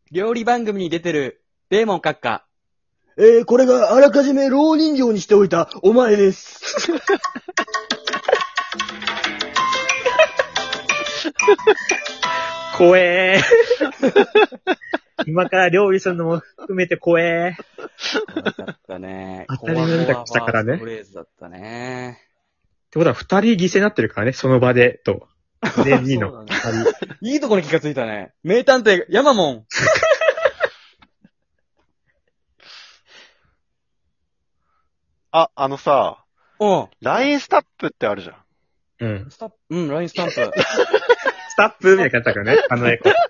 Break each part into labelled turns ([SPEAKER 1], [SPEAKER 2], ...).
[SPEAKER 1] 料理番組に出てる、デーモン閣下。
[SPEAKER 2] これがあらかじめ蝋人形にしておいたお前です。
[SPEAKER 3] 怖え今から料理するのも含めて怖え
[SPEAKER 1] 怖かったね。
[SPEAKER 3] 当たり前みたいにしたからね
[SPEAKER 1] フレーズだったね。
[SPEAKER 3] ってことは二人犠牲になってるからね、その場で、と。で、2の
[SPEAKER 1] そうだねいいとこに気がついたね。名探偵、ヤマモン。
[SPEAKER 4] あのさ、
[SPEAKER 1] うん。
[SPEAKER 4] LINE スタップってあるじゃん。
[SPEAKER 3] うん。
[SPEAKER 1] スタップ、ラインスタンプ。
[SPEAKER 3] スタップみたいな感じだからね、あのエコ。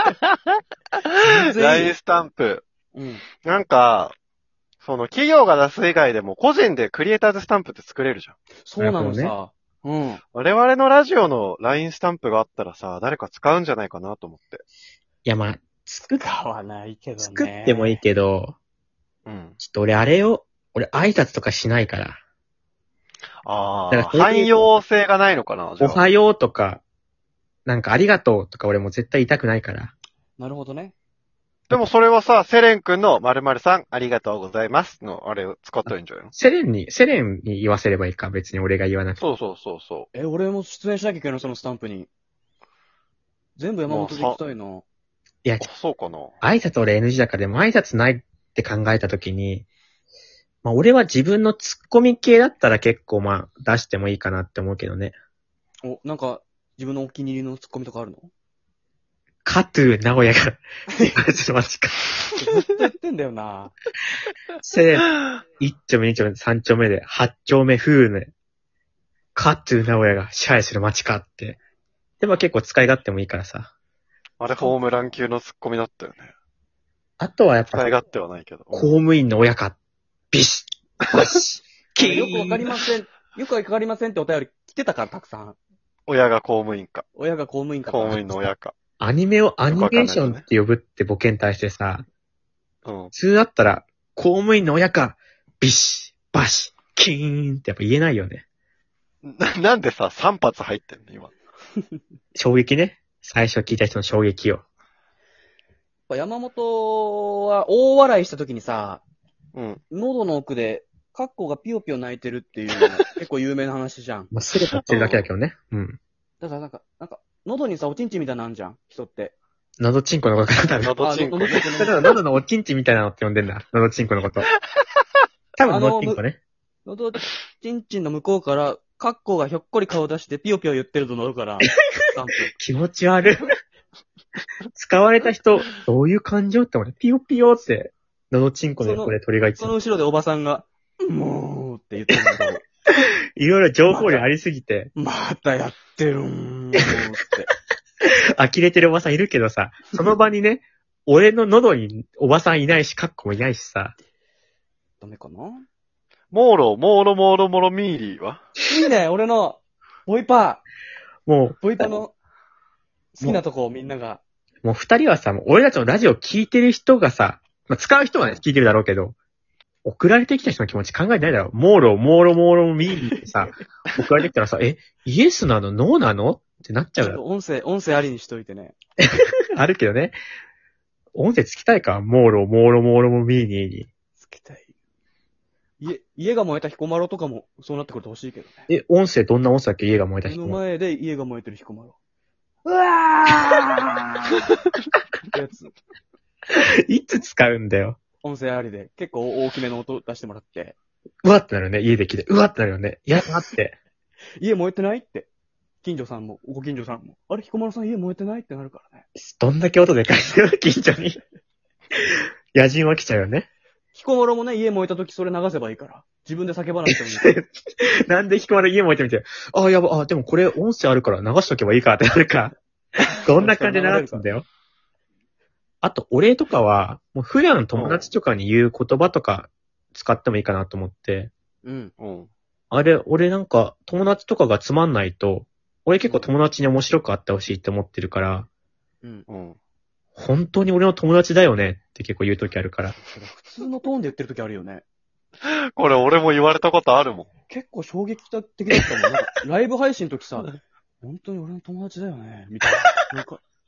[SPEAKER 4] LINE スタンプ。
[SPEAKER 1] うん。
[SPEAKER 4] なんか、企業が出す以外でも個人でクリエイターズスタンプって作れるじゃん。
[SPEAKER 1] そうなの
[SPEAKER 3] なる
[SPEAKER 1] さ。うん。
[SPEAKER 4] 我々のラジオの LINE スタンプがあったらさ、誰か使うんじゃないかなと思って。
[SPEAKER 3] いや、まあ、
[SPEAKER 1] 使わないけどね。
[SPEAKER 3] 作ってもいいけど、
[SPEAKER 4] うん。
[SPEAKER 3] ちょっと俺挨拶とかしないから。
[SPEAKER 4] ああ、
[SPEAKER 3] だから
[SPEAKER 4] 汎用性がないのかな、じゃあ。
[SPEAKER 3] おはようとか、なんかありがとうとか俺も絶対言いたくないから。
[SPEAKER 1] なるほどね。
[SPEAKER 4] でもそれはさ、セレン君の〇〇さんありがとうございますのあれを使ったらいいんじゃないの？
[SPEAKER 3] セレンに言わせればいいか、別に俺が言わなくて。
[SPEAKER 4] そうそうそうそ
[SPEAKER 1] 俺も出演しなきゃいけないの、そのスタンプに。全部山本で行きたいな。
[SPEAKER 3] いや
[SPEAKER 4] う。、そうかな。
[SPEAKER 3] 挨拶俺 NG だから、でも挨拶ないって考えたときに、まあ俺は自分のツッコミ系だったら結構まあ出してもいいかなって思うけどね。
[SPEAKER 1] なんか、自分のお気に入りのツッコミとかあるの？
[SPEAKER 3] カトゥー名古屋が、ちょっと待ってか。
[SPEAKER 1] ずっと言ってんだよな。
[SPEAKER 3] セレン、1丁目2丁目3丁目で8丁目風ね。カトゥー名古屋が支配する街かって。でも結構使い勝手もいいからさ。
[SPEAKER 4] あれホームラン級のツッコミだったよね。
[SPEAKER 3] あとはやっぱ、
[SPEAKER 4] 使い勝手はないけど。
[SPEAKER 3] 公務員の親か。ビシッバシッキーン
[SPEAKER 1] よくわかりません。よくわかりませんってお便り来てたから、たくさん。
[SPEAKER 4] 親が公務員か。
[SPEAKER 1] 親が公務員か。
[SPEAKER 4] 公務員の親か。
[SPEAKER 3] アニメをアニメーションって呼ぶってボケに対してさ、
[SPEAKER 4] うん。
[SPEAKER 3] 普通だったら、公務員の親か、ビシッバシッキーンってやっぱ言えないよね。
[SPEAKER 4] なんでさ、3発入ってんの今。
[SPEAKER 3] 衝撃ね。最初聞いた人の衝撃を。
[SPEAKER 1] 山本は大笑いした時にさ、
[SPEAKER 4] うん。
[SPEAKER 1] 喉の奥で、カッコがピヨピヨ泣いてるっていうのが結構有名な話じゃん。
[SPEAKER 3] まあ、すればってるだけだけどね。うん。
[SPEAKER 1] だからなんか、喉にさ、おちんちんみたいなのあんじゃん、人って。
[SPEAKER 3] 喉チンコのことだ。
[SPEAKER 4] のどちんこね。
[SPEAKER 3] だから喉のおちんちんみたいなのって呼んでんだ。喉チンコのこと。多分喉チンコね。
[SPEAKER 1] 喉ちんちんの向こうから、カッコがひょっこり顔出してピヨピヨ言ってると喉から、スタンプ。
[SPEAKER 3] 気持ち悪い。使われた人、どういう感情って思う。ピヨピヨって、喉チンコの横で鳥が言って
[SPEAKER 1] その後ろでおばさんが、もうって言ってるんだけど、
[SPEAKER 3] いろいろ情報量ありすぎて、
[SPEAKER 1] またやってるって。
[SPEAKER 3] 呆れてるおばさんいるけどさ、その場にね、俺の喉におばさんいないし、カッコもいないしさ、
[SPEAKER 1] ダメかな？
[SPEAKER 4] モーロ、モーロ、モーロ、モロミーリーはい
[SPEAKER 1] いね、俺の、ボイパ
[SPEAKER 3] も
[SPEAKER 1] ー。ボイパーの好きなとこをみんなが。
[SPEAKER 3] もう二人はさ、もう俺たちのラジオ聞いてる人がさ、まあ、使う人はね、聞いてるだろうけど、送られてきた人の気持ち考えてないだろ。モーロ、モーロ、モーロ、ミーリーってさ、送られてきたらさ、イエスなのノーなのってなっちゃうだろ。
[SPEAKER 1] 音声ありにしといてね。
[SPEAKER 3] あるけどね。音声つきたいかモーロ、モーロ、モーロ、ミーリーに。
[SPEAKER 1] つけたい。家が燃えた彦摩呂とかもそうなってくると欲しいけどね。
[SPEAKER 3] 音声どんな音声だっけ家が燃えた
[SPEAKER 1] 目
[SPEAKER 3] 人も。
[SPEAKER 1] の前で家が燃えてる彦摩呂。うわーってやつ。
[SPEAKER 3] いつ使うんだよ。
[SPEAKER 1] 音声ありで結構大きめの音出してもらって。
[SPEAKER 3] うわってなるよね。家で来て。うわってなるよね。いや、待って。
[SPEAKER 1] 家燃えてないって。ご近所さんも。あれ、彦摩呂さん家燃えてないってなるからね。
[SPEAKER 3] どんだけ音でかいの近所に。野人は来ちゃうよね。
[SPEAKER 1] 彦摩呂もね、家燃えた時それ流せばいいから。自分で叫ばなくてもいい。
[SPEAKER 3] なんで彦摩呂家燃えてみて、でもこれ音声あるから流しとけばいいかってなるか。どんな感じで流すんだよ。あと、お礼とかは、もう普段友達とかに言う言葉とか使ってもいいかなと思って。
[SPEAKER 1] うん。
[SPEAKER 4] うん。
[SPEAKER 3] あれ、俺なんか友達とかがつまんないと、俺結構友達に面白くあってほしいって思ってるから、
[SPEAKER 1] うん。
[SPEAKER 4] うん。
[SPEAKER 3] 本当に俺の友達だよねって結構言うときあるから。
[SPEAKER 1] それ普通のトーンで言ってる時あるよね。
[SPEAKER 4] これ俺も言われたことあるもん。
[SPEAKER 1] 結構衝撃的だったもん。なんかライブ配信の時さ、本当に俺の友達だよねみたいな。なんか、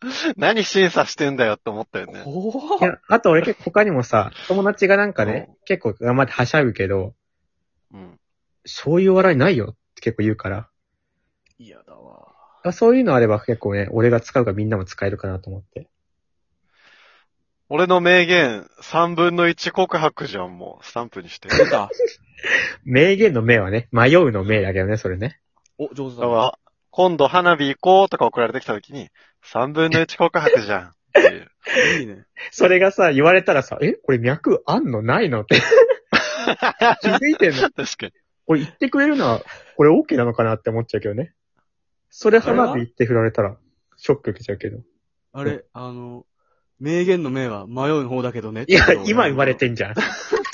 [SPEAKER 4] 何審査してんだよって思ったよね。
[SPEAKER 1] 怖
[SPEAKER 3] いや、あと俺結構他にもさ、友達がなんかね、結構頑張ってはしゃぐけど、
[SPEAKER 4] うん。
[SPEAKER 3] そういう笑いないよって結構言うから。
[SPEAKER 1] 嫌だわ。
[SPEAKER 3] そういうのあれば結構ね、俺が使うからみんなも使えるかなと思って。
[SPEAKER 4] 俺の名言、3分の1告白じゃん、もう。スタンプにして。
[SPEAKER 1] 出た。
[SPEAKER 3] 名言の名はね、迷うの名だけどね、それね。
[SPEAKER 1] お、上手だ
[SPEAKER 4] だか
[SPEAKER 1] わ。
[SPEAKER 4] ら、今度花火行こうとか送られてきた時に、3分の1告白じゃん。っていう。
[SPEAKER 1] いいね。
[SPEAKER 3] それがさ、言われたらさ、これ脈あんのないのって気づいてんの
[SPEAKER 4] 確かに。
[SPEAKER 3] これ言ってくれるのは、これ OK なのかなって思っちゃうけどね。それ花火言って振られたら、ショック受けちゃうけど。
[SPEAKER 1] あれ、名言の名は迷うの方だけどね。
[SPEAKER 3] いや、今生まれてんじゃん。